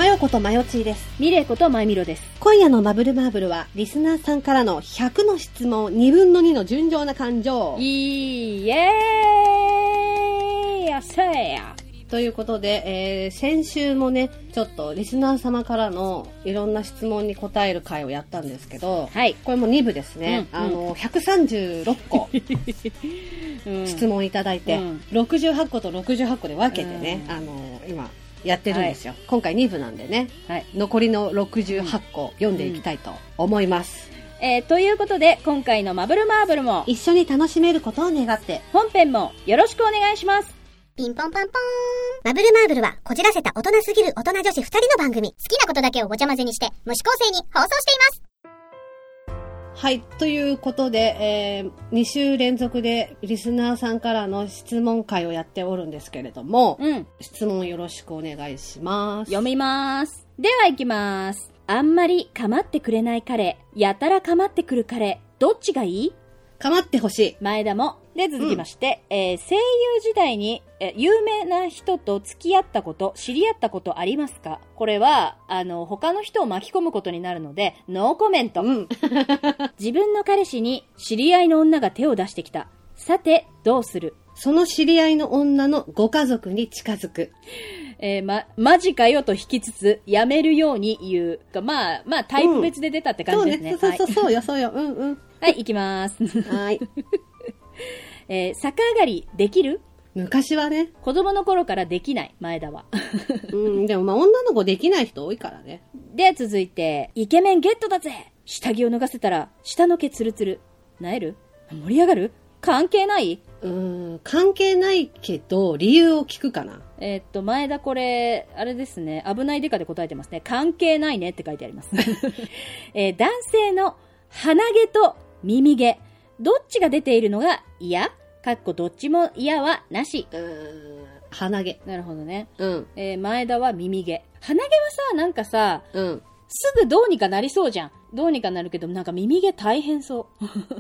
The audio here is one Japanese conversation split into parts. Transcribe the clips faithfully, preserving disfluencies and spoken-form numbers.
まよことまよちーです。 みれことまゆみろです。 今夜のマブルマーブルはリスナーさんからのひゃくの質問にぶんのにの純情な感情イエーイやせやということで、えー、先週もねちょっとリスナー様からのいろんな質問に答える回をやったんですけど、 はい、 これもに部ですね、うん、あのひゃくさんじゅうろっこ質問いただいて、うん、ろくじゅうはっことろくじゅうはっこで分けてね、うん、あの今やってるんですよ、はい、今回に部なんでね、はい、残りのろくじゅうはっこ読んでいきたいと思います、 うんえー、ということで今回のマブルマーブルも一緒に楽しめることを願って本編もよろしくお願いします。 ピンポンパンポーン。マブルマーブルはこじらせた大人すぎる大人女子ふたりの番組。好きなことだけをごちゃ混ぜにして無視構成に放送しています。 はい、ということで、えー、に週連続でリスナーさんからの質問会をやっておるんですけれども、うん、質問よろしくお願いします。 読みます。では行きます。あんまり構ってくれない彼、やたら構ってくる彼、どっちがいい？ 構ってほしい。 前田も。で、続きまして、うんえー、声優時代に、えー、有名な人と付き合ったこと、知り合ったことありますか？これは、あの、他の人を巻き込むことになるので、ノーコメント。うん、自分の彼氏に知り合いの女が手を出してきた。さて、どうする？ その知り合いの女のご家族に近づく。 えー、ま、マジかよと引きつつ、やめるように言う。まあ、まあ、タイプ別で出たって感じですね。 うん、そうね。そうそうそうよ、そうよ。うんうん。 はい、行きます。 はい。 えー、逆上がりできる？ 昔はね。 子供の頃からできない、前田は。 うん、でもまあ女の子できない人多いからね。 では続いて、イケメンゲットだぜ！下着を脱がせたら、下の毛ツルツル。なえる？盛り上がる？関係ない？ うーん、関係ないけど、理由を聞くかな。 えー、っと、前田これ、あれですね、危ないデカで答えてますね。関係ないねって書いてあります。えー、男性の鼻毛と耳毛、どっちが出ているのが嫌？かっこどっちも嫌はなし。 うーん、鼻毛。 なるほどね。 うん。 えー、前田は耳毛。鼻毛はさ、なんかさ、 うん。 すぐどうにかなりそうじゃん。どうにかなるけど、なんか耳毛大変そう。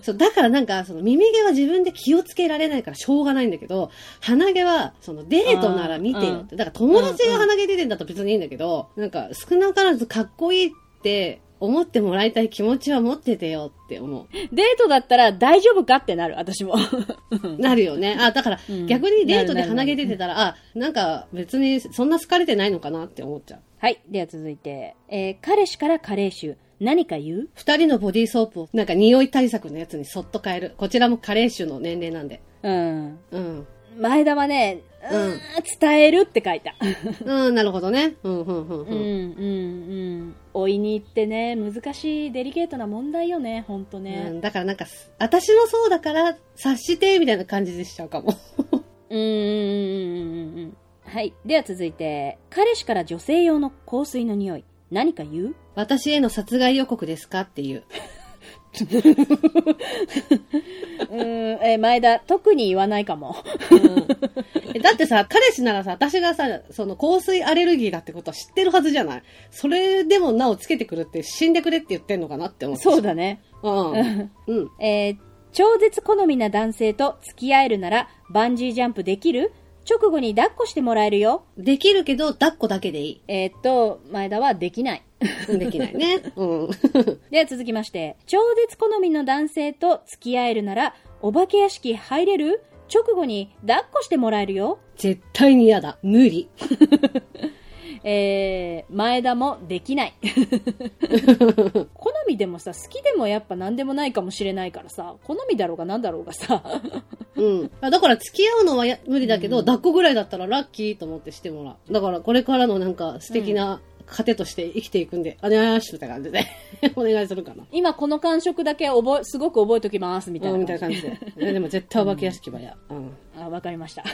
そう、だからなんか、その耳毛は自分で気をつけられないからしょうがないんだけど、鼻毛は、そのデートなら見てよって。だから友達が鼻毛出てんだと別にいいんだけど、うんうん、なんか少なからずかっこいいって思ってもらいたい気持ちは持っててよって思う。 デートだったら大丈夫かってなる、私も。 なるよね。あ、だから、うん、逆にデートで鼻毛出てたら、あ、なんか別にそんな好かれてないのかなって思っちゃう。 はい。では続いて、えー、彼氏から加齢臭。何か言う？ 二人のボディーソープをなんか匂い対策のやつにそっと変える。こちらも加齢臭の年齢なんで。 うん。 うん。 前田はね、うん、伝えるって書いた。 うん、なるほどね。うん、うん、うん、うん。うん、うん、 うん。追いに行ってね、難しいデリケートな問題よね、ほんとね。 うん、だからなんか、私もそうだから察してみたいな感じでしちゃうかも。 うーん。はい。では続いて、彼氏から女性用の香水の匂い。何か言う？ 私への殺害予告ですかっていう。 うーん、え、前田、特に言わないかも。 うん、だってさ、彼氏ならさ、私がさ、その香水アレルギーだってことは知ってるはずじゃない？それでもなおつけてくるって死んでくれって言ってんのかなって思って。 そうだね。 うん。うん。 えー、超絶好みな男性と付き合えるなら、バンジージャンプできる？直後に抱っこしてもらえるよ。 できるけど、抱っこだけでいい。 えー、っと、前田はできない。 できないね。うん。 では続きまして、超絶好みの男性と付き合えるなら、お化け屋敷入れる？直後に抱っこしてもらえるよ。 絶対に嫌だ。無理。 えー、前田もできない。好みでもさ、好きでもやっぱ何でもないかもしれないからさ、好みだろうが何だろうがさ。 うん。だから付き合うのはや無理だけど、うん、抱っこぐらいだったらラッキーと思ってしてもらう。だからこれからのなんか素敵な糧として生きていくんで、うん、お願いしますって感じでお願いするかな。 今この感触だけ覚え、すごく覚えときますみたいな。 うん、みたいな感じで。でも絶対お化け屋敷はや。うん。 あ、わかりました。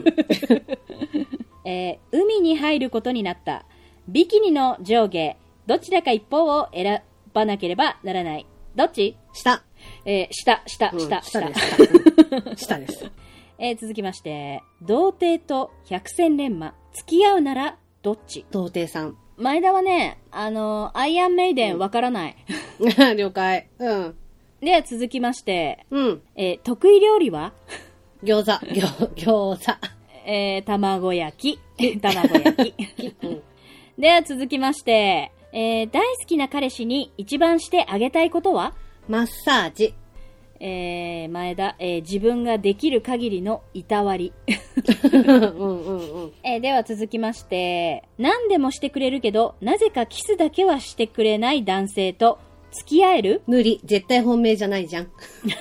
うん、えー、海に入ることになった。ビキニの上下、どちらか一方を選ばなければならない。どっち？ 下。 えー、下、下、 うん、 下、 下です。下です。 えー、続きまして、童貞と百戦錬磨、付き合うならどっち？ 童貞さん。 前田はね、あのー、アイアンメイデンわからない。 うん、了解。うん。 では続きまして、 うん。 えー、得意料理は？ 餃子、餃、餃子。 えー、卵焼き。卵焼き。うん、 では続きまして、えー、大好きな彼氏に一番してあげたいことは？ マッサージ。 えー、前田、えー、自分ができる限りのいたわり。 うんうんうん、 えー、では続きまして、何でもしてくれるけど、なぜかキスだけはしてくれない男性と付き合える？ 無理。絶対本命じゃないじゃん。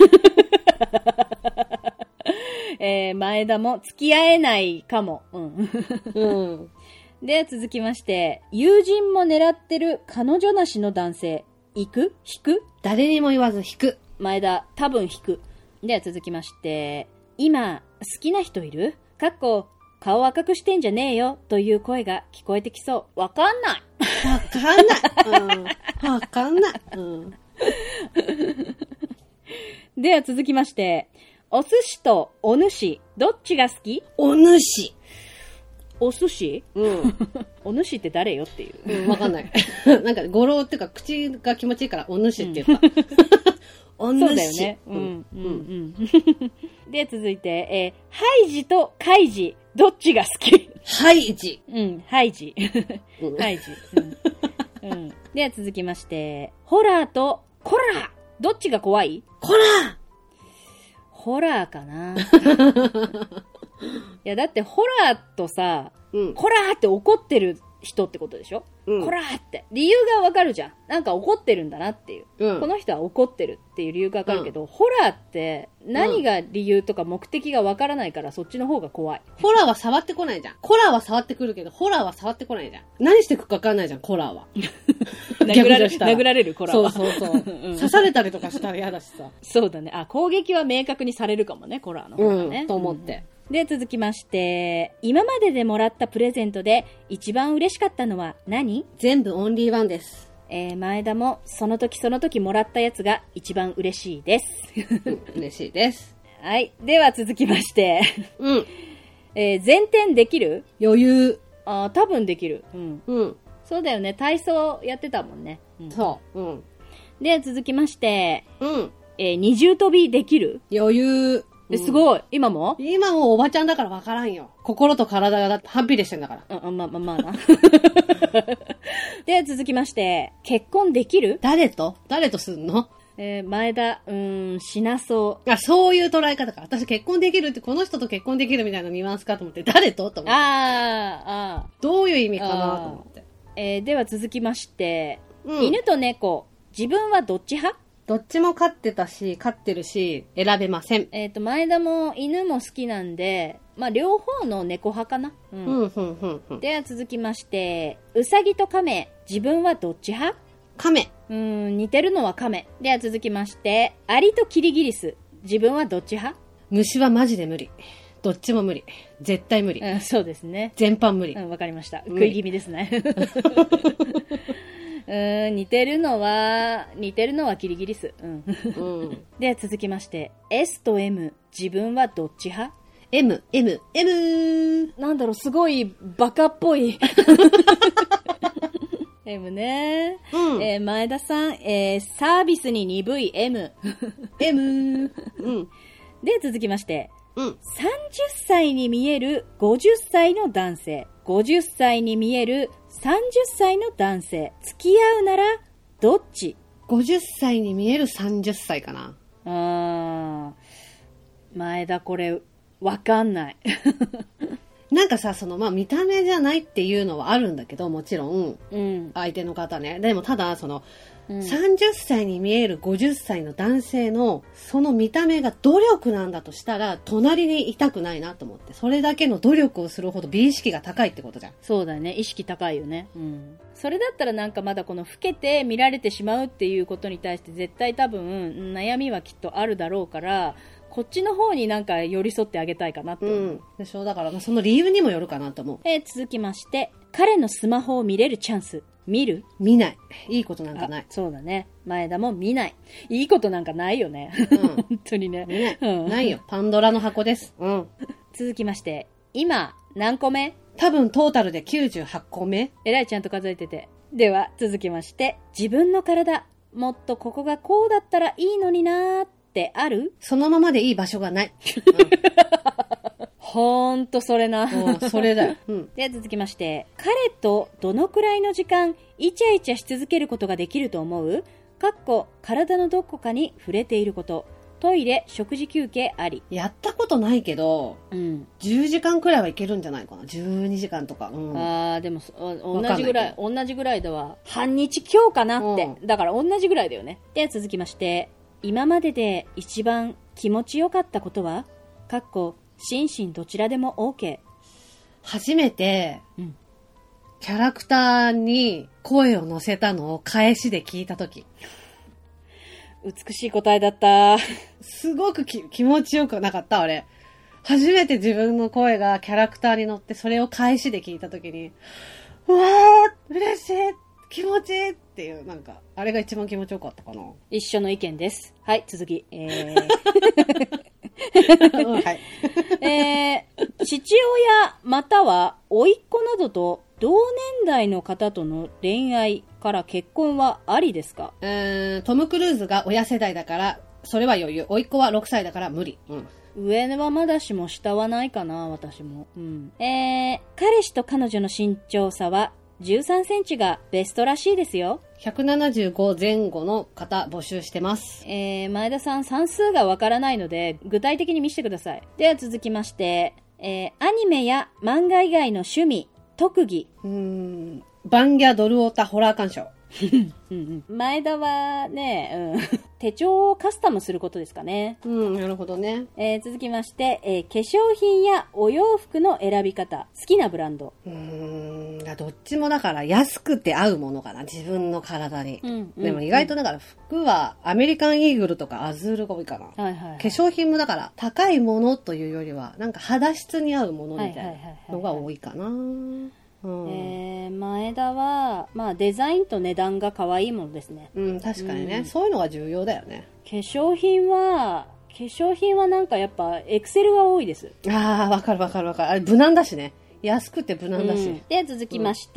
えー、前田も付き合えないかも。うん。 うん、 では続きまして、友人も狙ってる彼女なしの男性、行く？引く？ 誰にも言わず引く。 前田、多分引く。では続きまして、今、好きな人いる？かっこ、顔赤くしてんじゃねえよという声が聞こえてきそう。わかんない。 わかんない。うん、わかんない。うん、 では続きまして、お寿司とお主、どっちが好き？ お主。 お寿司？ うん。 お主って誰よっていう。 うん、わかんない。なんか、語呂っていうか、口が気持ちいいから、お主って言った。うん、 そうだよね。うん。うん。うん。で、続いて、えー、ハイジとカイジ、どっちが好き？ ハイジ。 うん、ハイジ。ハイジ。うん。うん。では続きまして、ホラーとコラー、どっちが怖い？ コラー！ ホラーかな。いや、だってホラーとさ、うん、コラーって怒ってる人ってことでしょ、うん、コラーって。理由がわかるじゃん。なんか怒ってるんだなっていう。うん、この人は怒ってるっていう理由がわかるけど、うん、ホラーって何が理由とか目的がわからないから、そっちの方が怖い。 ホラーは触ってこないじゃん。コラーは触ってくるけど、ホラーは触ってこないじゃん。何してくかわかんないじゃん、コラーは。 殴られる、殴られるコラーは。 そうそうそう。刺されたりとかしたら嫌だしさ。 そうだね。あ、攻撃は明確にされるかもね、コラーの方がね。 うん、と思って。 うん、で、続きまして、今まででもらったプレゼントで一番嬉しかったのは何？ 全部オンリーワンです。 えー、前田もその時その時もらったやつが一番嬉しいです。 うん、嬉しいです。 はい。では続きまして。 うん。 えー、前転できる？ 余裕。 ああ、多分できる。うん。 うん。 そうだよね。体操やってたもんね。 うん、そう。うん。 では続きまして。 うん。 えー、二重跳びできる？ 余裕。 え、すごい。今も？ 今もおばちゃんだからわからんよ。心と体がだってハッピーでしてんだから。 うん、まあまあまあな。では続きまして、結婚できる？ 誰と？誰とすんの？ えー、前田、うーん、しなそう。 あ、そういう捉え方か。私結婚できるって、この人と結婚できるみたいなニュアンスかと思って、誰とと思って。 ああ、ああ。 どういう意味かなと思って。 えー、では続きまして、 うん、 犬と猫、自分はどっち派？ どっちも飼ってたし、飼ってるし、選べません。 えっと、前田も犬も好きなんで、まあ、両方の猫派かな。 うん。うん、うん、うん、うん。 では続きまして、うさぎと亀、自分はどっち派？ 亀。 うーん、似てるのは亀。では続きまして、アリとキリギリス、自分はどっち派？ 虫はマジで無理。どっちも無理。絶対無理。 うん、そうですね。 全般無理。 うん、わかりました。食い気味ですね。うーん、似てるのは、似てるのはキリギリス。うん。うん、では続きまして、S と M、自分はどっち派？ M、M、M。 なんだろう、すごいバカっぽい。M ね。うん。えー、前田さん、えー、サービスに鈍い M。 M。うん。 で、続きまして、 うん。 さんじゅっさいに見えるごじゅっさいの男性。ごじゅっさいに見えるさんじゅっさいの男性。付き合うなら、どっち？ ごじゅっさいに見えるさんじゅっさいかな。 あー。前田これ、わかんない。 なんかさ、その、まあ、見た目じゃないっていうのはあるんだけど、もちろん、 うん、 相手の方ね。でも、ただ、その、うん、さんじゅっさいに見えるごじゅっさいの男性の、その見た目が努力なんだとしたら、隣にいたくないなと思って。それだけの努力をするほど美意識が高いってことじゃん。 そうだね。意識高いよね。うん。それだったらなんかまだこの老けて見られてしまうっていうことに対して絶対多分、悩みはきっとあるだろうから、こっちの方になんか寄り添ってあげたいかなって思う。うん。 でしょ？だからその理由にもよるかなと思う。 えー、続きまして、彼のスマホを見れるチャンス。見る？ 見ない。いいことなんかない。 そうだね。前田も見ない。いいことなんかないよね。うん、本当にね。 見ない。うん、ないよ。パンドラの箱です。うん。 続きまして、今、何個目？ 多分トータルできゅうじゅうはちこめ。 えらいちゃんと数えてて。では、続きまして、自分の体、もっとここがこうだったらいいのになーってある？ そのままでいい場所がない。うん、 ほんとそれな。 うん、それだよ。うん。 では続きまして、彼とどのくらいの時間イチャイチャし続けることができると思う？かっこ体のどこかに触れていること。トイレ、食事休憩あり。 やったことないけど、 うん、 じゅうじかんくらいはいけるんじゃないかな。じゅうにじかんとか。うん、 ああ、でも同じぐらい、同じぐらいだわ。半日今日かなって。うん、だから同じぐらいだよね。では続きまして、今までで一番気持ちよかったことは？かっこ心身どちらでも OK。 初めて、うん、キャラクターに声を乗せたのを返しで聞いたとき。 美しい答えだった。 すごくき気持ちよくなかったあれ。初めて自分の声がキャラクターに乗ってそれを返しで聞いたときに、うわー嬉しい気持ちいいっていう、なんかあれが一番気持ちよかったかな。 一緒の意見です。はい、続き。えーはい、えー、父親または甥っ子などと同年代の方との恋愛から結婚はありですか？ うーん、トム・クルーズが親世代だからそれは余裕。甥っ子はろくさいだから無理。うん、 上はまだしも下はないかな、私も。うん、えー、彼氏と彼女の身長差はじゅうさんセンチがベストらしいですよ。 ひゃくななじゅうご前後の方募集してます。 えー、前田さん算数がわからないので具体的に見せてください。では続きまして、えー、アニメや漫画以外の趣味、特技。 うーん、バンギャドルオタホラー鑑賞。 うんうん、前田はね、うん、手帳をカスタムすることですかね。 うん、なるほどね。 えー、続きまして、えー、化粧品やお洋服の選び方、好きなブランド。 うーん、どっちもだから安くて合うものかな、自分の体に。うん、でも意外とだから服はアメリカンイーグルとかアズールが多いかな。はいはいはい、化粧品もだから高いものというよりはなんか肌質に合うものみたいなのが多いかな。うん、 えー、前田は、まあ、デザインと値段が可愛いものですね。 うん、確かにね、うん、そういうのが重要だよね。 化粧品は化粧品はなんかやっぱエクセルが多いです。 ああ、わかるわかるわかる。あれ無難だしね、安くて無難だし、うん、 で続きまして、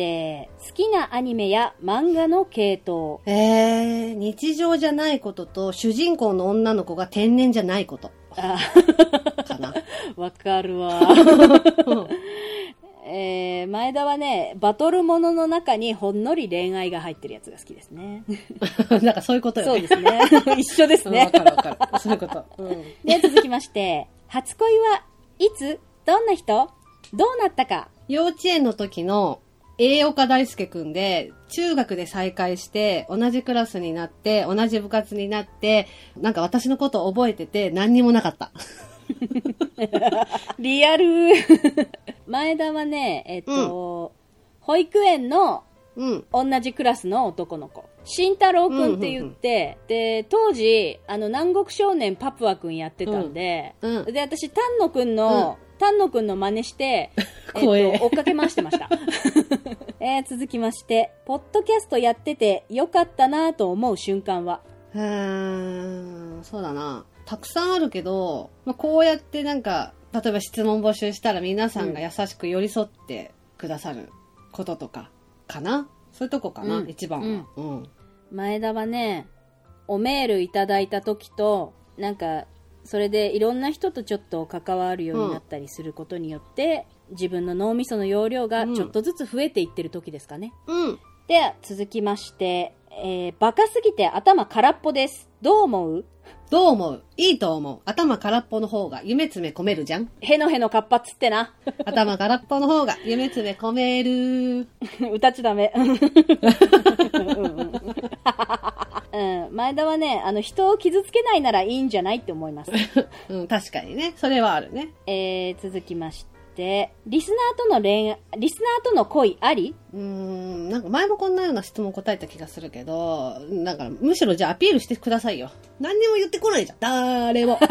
うん、好きなアニメや漫画の系統。 えー、日常じゃないことと主人公の女の子が天然じゃないことあかな。 わかるわ。えー、前田はね、バトルものの中にほんのり恋愛が入ってるやつが好きですね。 なんかそういうことよね。 そうですね。一緒ですね。 わかるわかる。そういうこと。うん、 で、続きまして、初恋はいつ？どんな人？どうなったか？ 幼稚園の時の栄岡大輔くんで、中学で再会して、同じクラスになって、同じ部活になって、なんか私のことを覚えてて、何にもなかった。 リアル。前田はね、えっと、うん、保育園の同じクラスの男の子、慎太郎くんって言って、うんうんうん、で、当時、あの、南国少年パプアくんやってたんで、うんうん、で、私、丹野くんの、うん、丹野くんの真似して、えっと、追っかけ回してました。えー、続きまして、ポッドキャストやっててよかったなと思う瞬間は？ うーん、そうだな。たくさんあるけど、まあ、こうやってなんか、例えば質問募集したら皆さんが優しく寄り添ってくださることとかかな、そういうとこかな、うん、一番は、うんうん、 前田はね、おメールいただいた時となんかそれでいろんな人とちょっと関わるようになったりすることによって、うん、自分の脳みその容量がちょっとずつ増えていってる時ですかね、うん、では続きまして、えー、バカすぎて頭空っぽです。どう思う？ どう思う？いいと思う。頭空っぽの方が夢詰め込めるじゃん。 へのへのカッパっつってな。 頭空っぽの方が夢詰め込める。 歌っちゃダメ。うん、前田はね、あの人を傷つけないならいいんじゃないって思います。 うん、確かにね。それはあるね。 えー、続きまして、リスナーとの恋愛、リスナーとの恋あり？ うーん、なんか前もこんなような質問答えた気がするけど、なんかむしろじゃあアピールしてくださいよ。何にも言ってこないじゃん。誰も。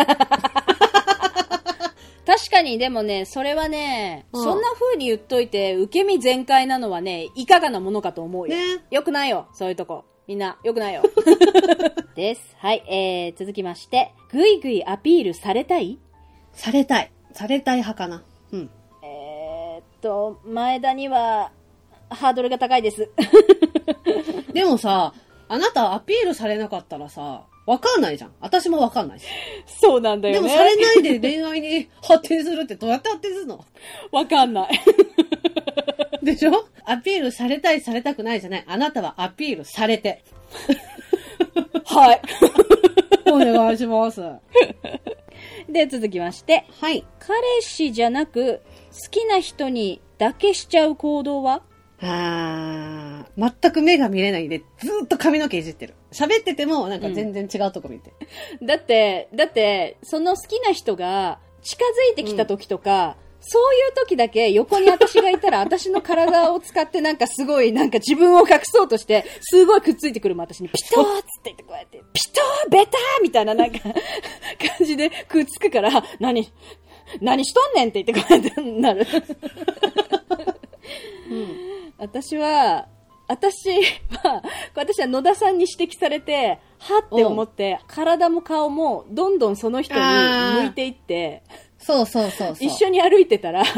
確かに、でもね、それはね、うん、そんな風に言っといて、受け身全開なのはね、いかがなものかと思うよ。ね、よくないよ、そういうとこ。みんな、よくないよ。です。はい、えー、続きまして、ぐいぐいアピールされたい？ されたい。されたい派かな。うん。 えーっと、前田には、ハードルが高いです。 でもさ、 あなたアピールされなかったらさ、わかんないじゃん。私もわかんないし。 そうなんだよね。 でもされないで恋愛に発展するってどうやって発展するの？ わかんない。 でしょ？アピールされたいされたくないじゃない。あなたはアピールされて。 はい。 お願いします。 で、続きまして。 はい。 彼氏じゃなく、好きな人にだけしちゃう行動は？ あー、全く目が見れないで、ずーっと髪の毛いじってる。喋ってても、なんか全然違うとこ見て。 うん、だって、だって、その好きな人が近づいてきた時とか、うん、そういう時だけ横に私がいたら、私の体を使ってなんかすごい、なんか自分を隠そうとして、すごいくっついてくるも私に、ピトーっつって言ってこうやって、ピトーベターみたいななんか、感じでくっつくから、何、何しとんねんって言ってこうやってなる。うん、私は、私は、私は野田さんに指摘されて、はって思って、体も顔もどんどんその人に向いていって、 そうそうそうそう。 一緒に歩いてたら、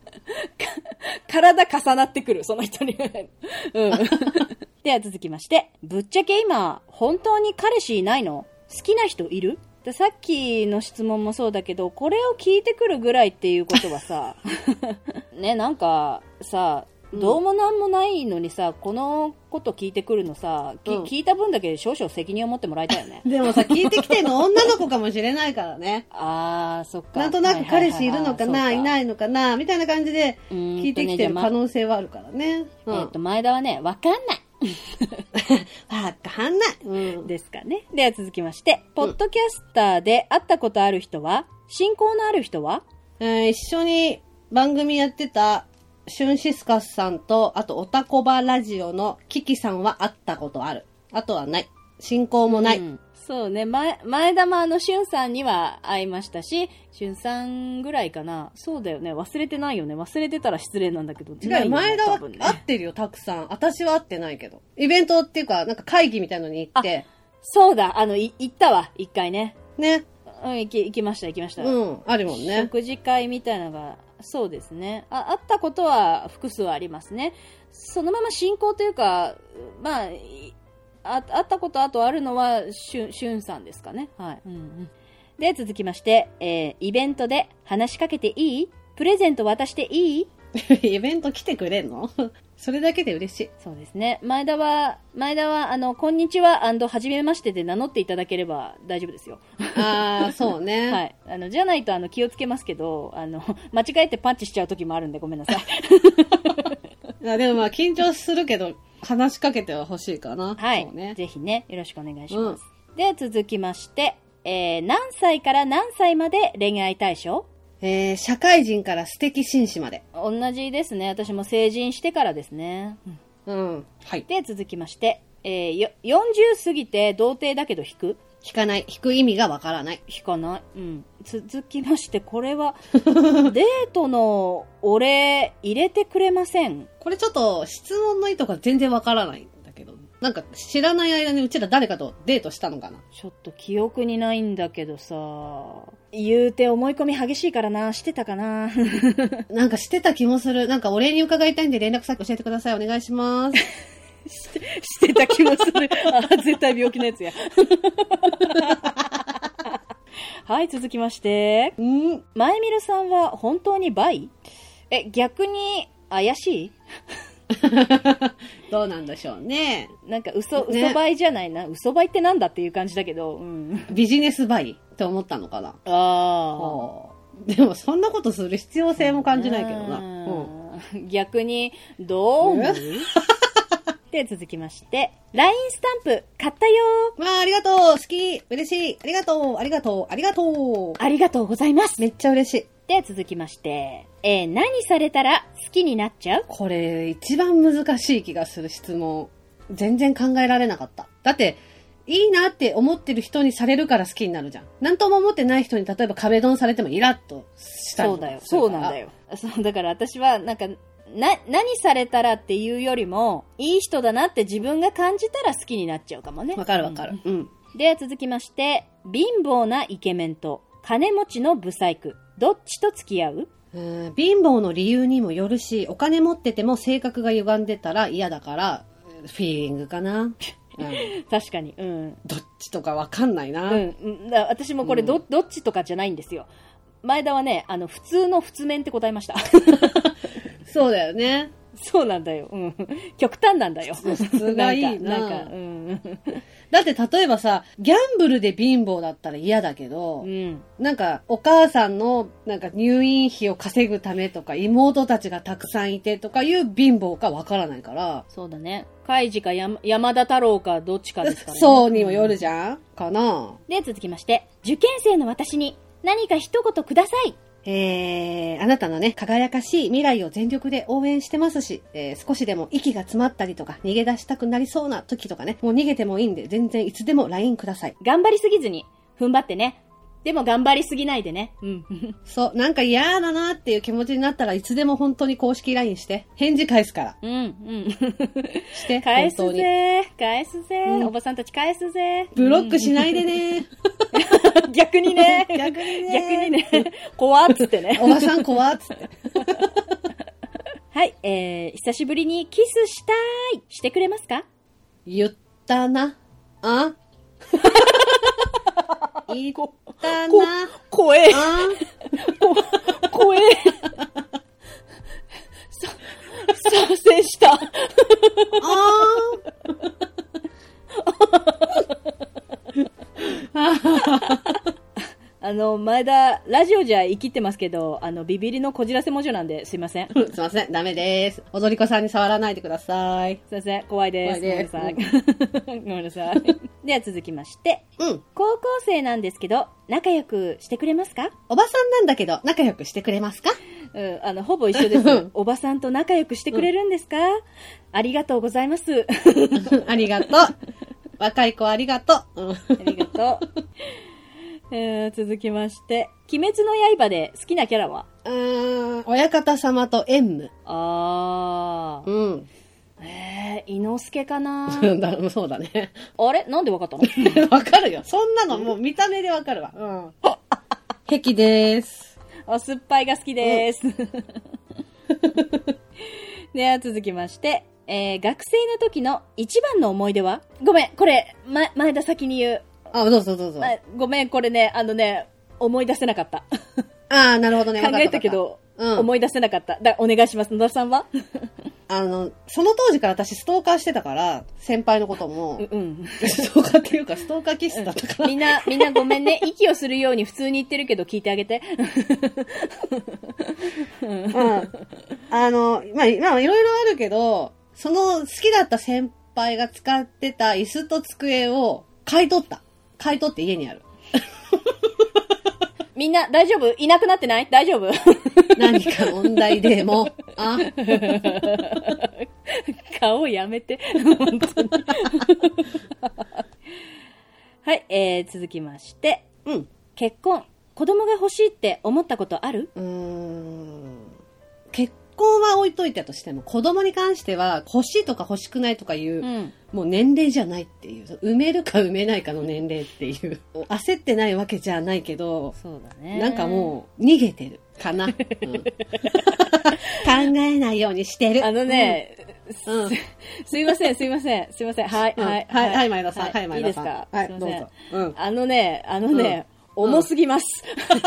体重なってくる、その人に。うん。では続きまして、ぶっちゃけ今、本当に彼氏いないの？好きな人いる？でさっきの質問もそうだけど、これを聞いてくるぐらいっていうことはさ、ね、なんかさ、どうもなんもないのにさ、このこと聞いてくるのさ、うん、聞いた分だけ少々責任を持ってもらいたいよね。 でもさ、聞いてきてるの女の子かもしれないからね。 あー、そっか。 なんとなく彼氏いるのかな、いないのかな、みたいな感じで聞いてきてる可能性はあるからね。 うん、えっと、前田はね、わかんない。 わかんない。 うん。ですかね。では続きまして、ポッドキャスターで会ったことある人は、親交のある人は、 えー、一緒に番組やってた、シュンシスカスさんと、あと、オタコバラジオのキキさんは会ったことある。あとはない。親交もない。うん、 そうね。前、前田もあの、シュンさんには会いましたし、シュンさんぐらいかな。そうだよね。忘れてないよね。忘れてたら失礼なんだけど。 違う、ね、前田は会ってるよ、たくさん。私は会ってないけど。イベントっていうか、なんか会議みたいのに行って。 そうだ。あの、い、行ったわ。一回ね。 ね。 うん、行き、行きました、行きました。 うん、あるもんね。 食事会みたいなのが、そうですね。あ、会ったことは複数ありますね。そのまま進行というか、まあ、あ会ったことあとあるのは、しゅん、しゅんさんですかね。はい。うんうん、で、続きまして、えー、イベントで話しかけていい？プレゼント渡していい？ イベント来てくれんの？それだけで嬉しい。 そうですね。前田は、前田は、あの、こんにちは&はじめましてで名乗っていただければ大丈夫ですよ。 ああ、そうね。 はい。あの、じゃないと、あの、気をつけますけど、あの、間違えてパンチしちゃう時もあるんでごめんなさい。 あでもまあ、緊張するけど、話しかけては欲しいかな。 はい。 そうね。 ぜひね、よろしくお願いします。うん、で、続きまして、えー、何歳から何歳まで恋愛対象？ えー、社会人から素敵紳士まで。 同じですね。私も成人してからですね。 うん。うん、はい。 で、続きまして、えー、よよんじゅう過ぎて童貞だけど引く？ 引かない。引く意味がわからない。 引かない。うん。続きまして、これは、デートのお礼入れてくれません？ これちょっと質問の意図が全然わからないんだけど。なんか知らない間にうちら誰かとデートしたのかな？ ちょっと記憶にないんだけどさ、言うて思い込み激しいからな、してたかな。 なんかしてた気もする。なんかお礼に伺いたいんで連絡先教えてください。お願いします。 して、してた気もする。あ、絶対病気のやつや。はい、続きまして。 うん。 前みるさんは本当にバイ？え、逆に怪しい？ どうなんでしょうね。 なんか嘘、嘘バイじゃないな。嘘バイってなんだっていう感じだけど。うん、 ビジネスバイって思ったのかな。 ああ。 でもそんなことする必要性も感じないけどな。 うん、逆に、どう思う？で、続きまして、ライン スタンプ買ったよー。わあ、ありがとう。好き。嬉しい。ありがとう。ありがとう。ありがとう。 ありがとうございます。 めっちゃ嬉しい。 で、続きまして、えー、何されたら好きになっちゃう？ これ、一番難しい気がする質問。全然考えられなかった。だって、いいなって思ってる人にされるから好きになるじゃん。なんとも思ってない人に例えば壁ドンされてもイラッとしたり。 そうだよ。そうなんだよ。そう、だから私は、なんか、な、何されたらっていうよりも、いい人だなって自分が感じたら好きになっちゃうかもね。 わかるわかる。うん。 では続きまして、貧乏なイケメンと金持ちのブサイク。どっちと付き合う？ うーん、貧乏の理由にもよるし、お金持ってても性格が歪んでたら嫌だから、フィーリングかな。 うん、 確かに。うん。 どっちとかわかんないな。 うん。だ私もこれど、うん、どっちとかじゃないんですよ。前田はね、あの、普通の普通面って答えました。 そうだよね。 そうなんだよ。うん。極端なんだよ。 普通がいいな。 なんか、なんか、うん。 だって例えばさ、ギャンブルで貧乏だったら嫌だけど、 うん、 なんかお母さんのなんか入院費を稼ぐためとか、妹たちがたくさんいてとかいう貧乏かわからないから。 そうだね。カイジか山田太郎かどっちかですからね。 そうにもよるじゃん、うん、かな。 で、続きまして、受験生の私に何か一言ください。 えー、あなたのね、輝かしい未来を全力で応援してますし、えー、少しでも息が詰まったりとか、逃げ出したくなりそうな時とかね、もう逃げてもいいんで、全然いつでも ライン ください。 頑張りすぎずに、踏ん張ってね。でも頑張りすぎないでね。うん。 そう、なんか嫌だなっていう気持ちになったらいつでも本当に公式 ライン して、返事返すから。 うん、うん。 して、 返すぜ返すぜ、うん、おばさんたち返すぜブロックしないでね逆にね。 逆にね。 逆にね。怖っつってね。 おばさん怖っつって。 はい、えー、久しぶりにキスしたい。してくれますか？ 言ったな。あ言ったな。 こ、怖え。こ、怖え。さ、賛成した。ああの、前田、ラジオじゃ生きってますけど、あの、ビビりのこじらせ文字なんで、すいません。 すいません、ダメです。踊り子さんに触らないでください。 すいません、怖いです。 怖いです。 ごめんなさい。ごめんなさい。では続きまして、 うん。 高校生なんですけど、仲良くしてくれますか？ おばさんなんだけど、仲良くしてくれますか？ うん、あの、ほぼ一緒です。おばさんと仲良くしてくれるんですか？うん、ありがとうございます。 ありがとう。若い子ありがとう。うん、ありがとう。えー、続きまして、鬼滅の刃で好きなキャラは？ うーん、親方様と縁武。 あー。 うん。 えー、伊之助かなそうだね。 あれなんでわかったの？ わかるよ。そんなのもう見た目でわかるわ。うん。壁でーす。 お酸っぱいが好きでーす。うん、では続きまして、えー、学生の時の一番の思い出は？ごめん、これ、ま、前田先に言う。 あ、どうぞどうぞ。 ごめん、これね、あのね、思い出せなかった。 ああ、なるほどね。 考えたけど、うん、思い出せなかった。だお願いします。野田さんはあの、その当時から私ストーカーしてたから、先輩のことも。 うん。 ストーカーっていうか、ストーカーキスだったから、うん。 みんな、みんなごめんね。息をするように普通に言ってるけど聞いてあげて。 うん。あの、まあ、まあ、いろいろあるけど、その好きだった先輩が使ってた椅子と机を買い取った。買い取って家にある。 みんな大丈夫？いなくなってない？大丈夫？ 何か問題でも。あ顔やめて。本当に。はい、えー、続きまして。 うん。 結婚。子供が欲しいって思ったことある？ うーん。結婚は置いといたとしても、子供に関しては欲しいとか欲しくないとかいう、うん、もう年齢じゃないっていう、埋めるか埋めないかの年齢っていう、焦ってないわけじゃないけど、 そうだね。 なんかもう逃げてるかな。うん、考えないようにしてる。 あのね、うん、す, すいません、すいません、すいません。はい、 うん、 はい、 はい、はい、前田さん、はい、はい前田さん。 いいですか？ はい、どうぞ。うん、 あのね、あのね、うん、重すぎます。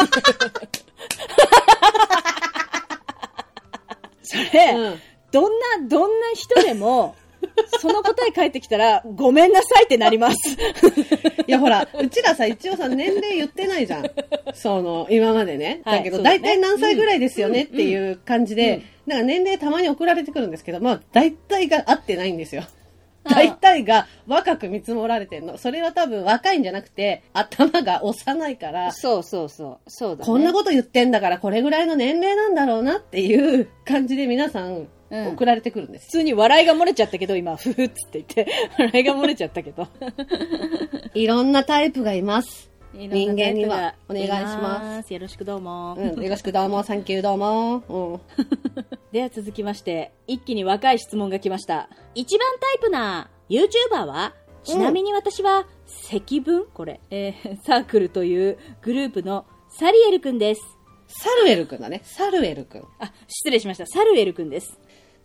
それ、うん、どんな、どんな人でも、その答え返ってきたら、ごめんなさいってなります。 いやほら、うちらさ、一応さ、年齢言ってないじゃん。その、今までね。だけど、だいたい何歳ぐらいですよねっていう感じで、なんか年齢たまに送られてくるんですけど、まあ、大体が合ってないんですよ。大体が若く見積もられてんの。それは多分若いんじゃなくて、頭が幼いから。 そうそうそう。そうだね。 こんなこと言ってんだから、これぐらいの年齢なんだろうなっていう感じで皆さん、うん、送られてくるんです。 普通に笑いが漏れちゃったけど、今、ふふっつって言って、笑いが漏れちゃったけど。 いろんなタイプがいます。人間にはお願いします。 よろしくどうも。 うん、よろしくどうも、サンキューどうも。うん、 では続きまして、一気に若い質問が来ました。一番タイプな YouTuber は？ちなみに私は、積分これ、えー、サークルというグループのサリエルくんです。 サルエルくんだね。サルエルくん。 あ、失礼しました。サルエルくんです。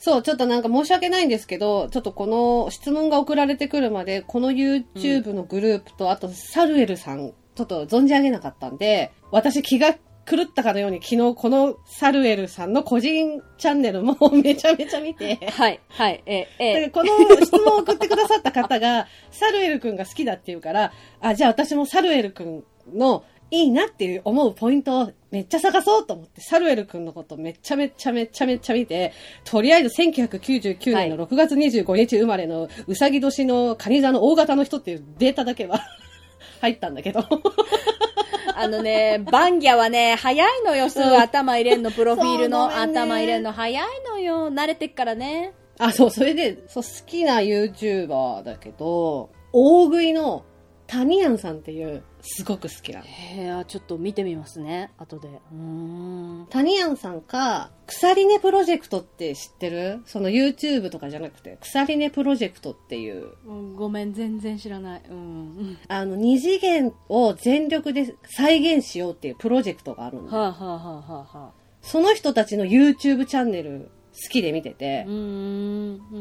そう、ちょっとなんか申し訳ないんですけど、ちょっとこの質問が送られてくるまで、この YouTube のグループと、うん、あとサルエルさん、ちょっと存じ上げなかったんで、私気が狂ったかのように昨日このサルエルさんの個人チャンネルもめちゃめちゃ見て。 はい、はい、え、え。 この質問を送ってくださった方が、サルエルくんが好きだっていうから、あ、じゃあ私もサルエルくんのいいなっていう思うポイントをめっちゃ探そうと思って、サルエルくんのことめっちゃめちゃめちゃめちゃ見て、とりあえずせんきゅうひゃくきゅうじゅうきゅうねんのろくがつにじゅうごにち生まれのうさぎ年のカニ座の大型の人っていうデータだけは入ったんだけど。 あのね、バンギャはね、早いのよ、すぐ頭入れんの、プロフィールの頭入れんの、早いのよ、慣れてっからね。 あ、そう、それで、そう、好きな YouTuber だけど、大食いのタニヤンさんっていう、すごく好きなの。 へえ、ちょっと見てみますね、後で。うーん。 タニヤンさんか、鎖根プロジェクトって知ってる？その YouTube とかじゃなくて、鎖根プロジェクトっていう。 うん、ごめん、全然知らない。うん。 あの、二次元を全力で再現しようっていうプロジェクトがあるんだよ。 はあ、はあはあはあはあ、 その人たちの YouTube チャンネル、好きで見てて、 うーん、うんうんうん、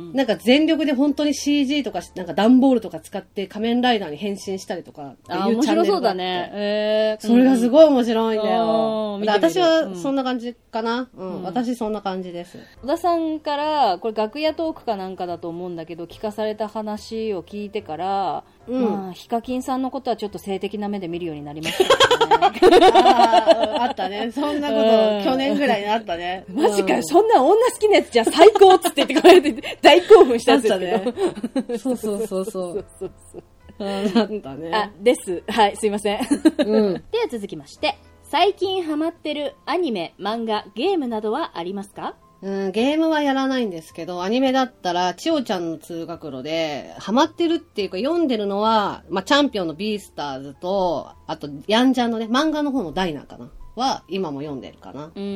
なんか全力で本当に シージー とか、なんか段ボールとか使って仮面ライダーに変身したりとかっていうチャンネルがあって。あ、面白そうだね。 えー、それがすごい面白いんだよ。 うん、 私はそんな感じかな、うん、うん。私そんな感じです。 小田さんから、これ楽屋トークかなんかだと思うんだけど、聞かされた話を聞いてから、うん、まあ、ヒカキンさんのことはちょっと性的な目で見るようになりましたね。 あ, あったね。そんなこと、去年ぐらいにあったね。 マジかよ、そんな女好きなやつじゃ最高っつって言ってこられて大興奮したやつですけど。 ね、そうそうそうそう。そうそうそう。あったね。 あ、です。はい、すいません。うん、では続きまして、最近ハマってるアニメ、漫画、ゲームなどはありますか？ うん、ゲームはやらないんですけど、アニメだったら、千代ちゃんの通学路で、ハマってるっていうか、読んでるのは、まあ、チャンピオンのビースターズと、あと、ヤンジャンのね、漫画の方のダイナーかなは、今も読んでるかな。うん。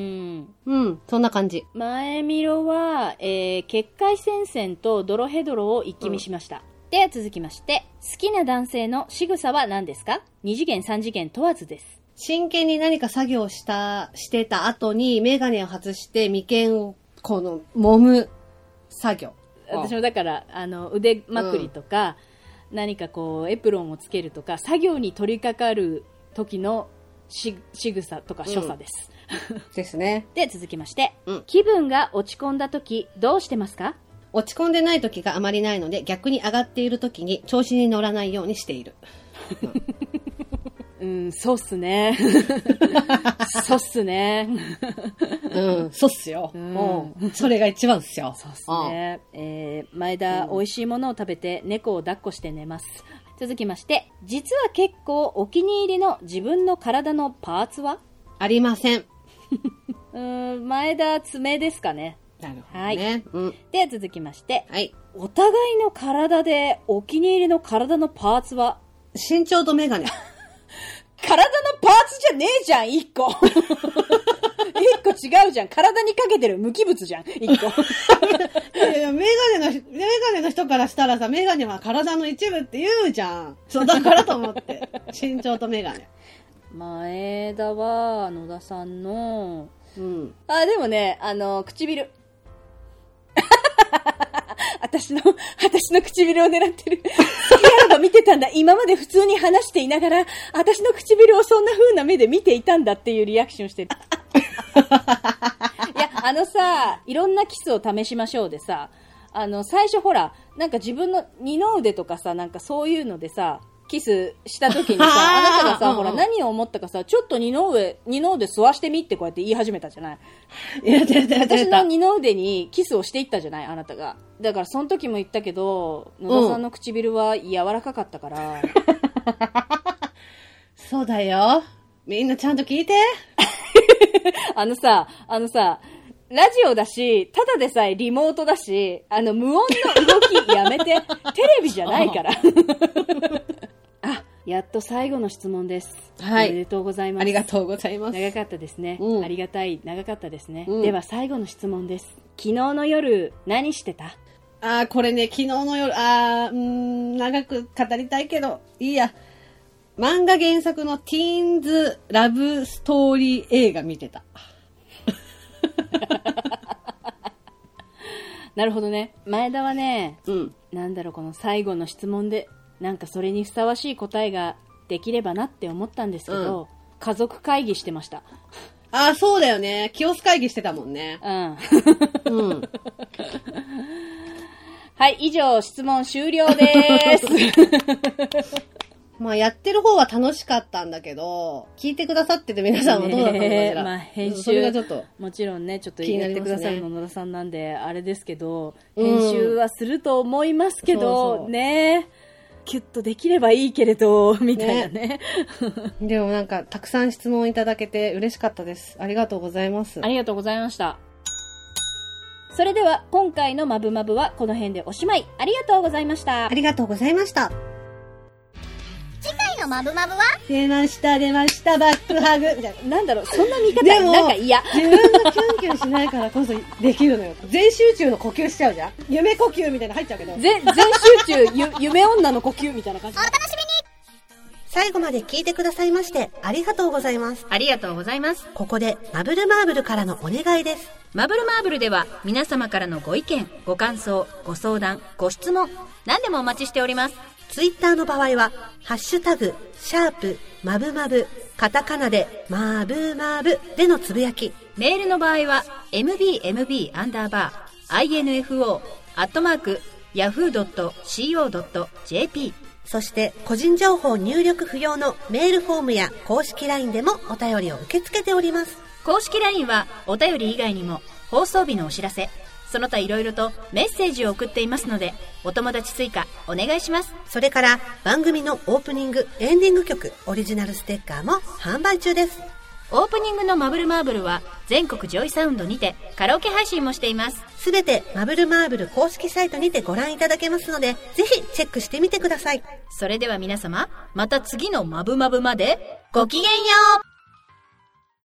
うん、そんな感じ。 前見ろは、えー、結界戦線とドロヘドロを一気見しました。うん、では続きまして、好きな男性の仕草は何ですか？二次元三次元問わずです。 真剣に何か作業した、してた後にメガネを外して眉間をこの揉む作業。 私もだから、あの、腕まくりとか、うん、何かこう、エプロンをつけるとか、作業に取り掛かる時のし、仕草とか所作です。 うん、ですね。 で、続きまして、うん、気分が落ち込んだ時、どうしてますか？ 落ち込んでない時があまりないので、逆に上がっている時に調子に乗らないようにしている。うんうん、そうっすね。そうっすね。 うん、そうっすよ。うん、それが一番っすよ。 そうっすね。えー、前田、うん、美味しいものを食べて猫を抱っこして寝ます。続きまして、実は結構お気に入りの自分の体のパーツは？ ありません。 うん、前田爪ですかね。 なるほどね。はい。 うん、では続きまして、 はい。 お互いの体でお気に入りの体のパーツは？ 身長とメガネ。 体のパーツじゃねえじゃん、一個。一個違うじゃん。体にかけてる無機物じゃん、一個。 いやいや、メガネの、メガネの人からしたらさ、メガネは体の一部って言うじゃん。そう、だからと思って。身長とメガネ。 前田は、野田さんの、 うん。 あ、でもね、あの、唇。私の、私の唇を狙ってる。好きあらば見てたんだ。今まで普通に話していながら、私の唇をそんな風な目で見ていたんだっていうリアクションしてる。いや、あのさ、いろんなキスを試しましょうでさ、あの、最初ほら、なんか自分の二の腕とかさ、なんかそういうのでさ、キスした時にさ、あなたがさ、ほら、何を思ったかさ、ちょっと二の腕、二の腕吸わしてみってこうやって言い始めたじゃない。 いや、出た私の二の腕にキスをしていったじゃない、あなたが。だからその時も言ったけど、野田さんの唇は柔らかかったから。うん、 そうだよ。みんなちゃんと聞いて。 あのさ、あのさ、ラジオだし、ただでさえリモートだし、あの、無音の動きやめて、テレビじゃないから。あ、やっと最後の質問です。 はい。 おめでとうございます。 ありがとうございます。 長かったですね。 うん、 ありがたい、長かったですね、 うん。 では最後の質問です。昨日の夜、何してた？ あー、これね、昨日の夜、あー、うーん、長く語りたいけど、いいや。漫画原作のティーンズラブストーリー映画見てた。 なるほどね。前田はね、 うん。 なんだろう、この最後の質問で、なんかそれにふさわしい答えができればなって思ったんですけど、うん、家族会議してました。 ああ、そうだよね。清須会議してたもんね。 うん。 うん。 はい、以上、質問終了です。 まあ、やってる方は楽しかったんだけど、聞いてくださってて皆さんはどうだったのかしら、 ね、まあ、編集、 それがちょっともちろんね、ちょっとやってくださるの野田さんなんで、あれですけど、 うん、 編集はすると思いますけど、そうそう、ね、キュッとできればいいけれど、みたいなね。 ねでもなんか、たくさん質問いただけて嬉しかったです。ありがとうございます。 ありがとうございました。それでは、今回のマブマブはこの辺でおしまい。ありがとうございました。 ありがとうございました。 次回のマブマブは出ました、出ました、バックハグ。 なんだろう、そんな見方なんか嫌。 自分がキュンキュンしないからこそできるのよ。全集中の呼吸しちゃうじゃん。夢呼吸みたいなの入っちゃうけど。 全、全集中、ゆ、夢女の呼吸みたいな感じ。 お楽しみに。 最後まで聞いてくださいましてありがとうございます。 ありがとうございます。 ここでマブルマーブルからのお願いです。 マブルマーブルでは皆様からのご意見、ご感想、ご相談、ご質問、何でもお待ちしております。 ツイッターの場合はハッシュタグシャープマブマブカタカナでマブマブでのつぶやき。 メールの場合は エムビーエムビー アンダーバー アイエヌエフオー アットマーク ヤフー ドット シーオー ドット ジェーピー。 そして個人情報入力不要のメールフォームや公式 ライン でもお便りを受け付けております。 公式 ライン はお便り以外にも放送日のお知らせ、その他いろいろとメッセージを送っていますので、お友達追加お願いします。 それから番組のオープニング、エンディング曲、オリジナルステッカーも販売中です。 オープニングのマブルマーブルは全国ジョイサウンドにてカラオケ配信もしています。 すべてマブルマーブル公式サイトにてご覧いただけますので、ぜひチェックしてみてください。 それでは皆様、また次のマブマブまでごきげんよう。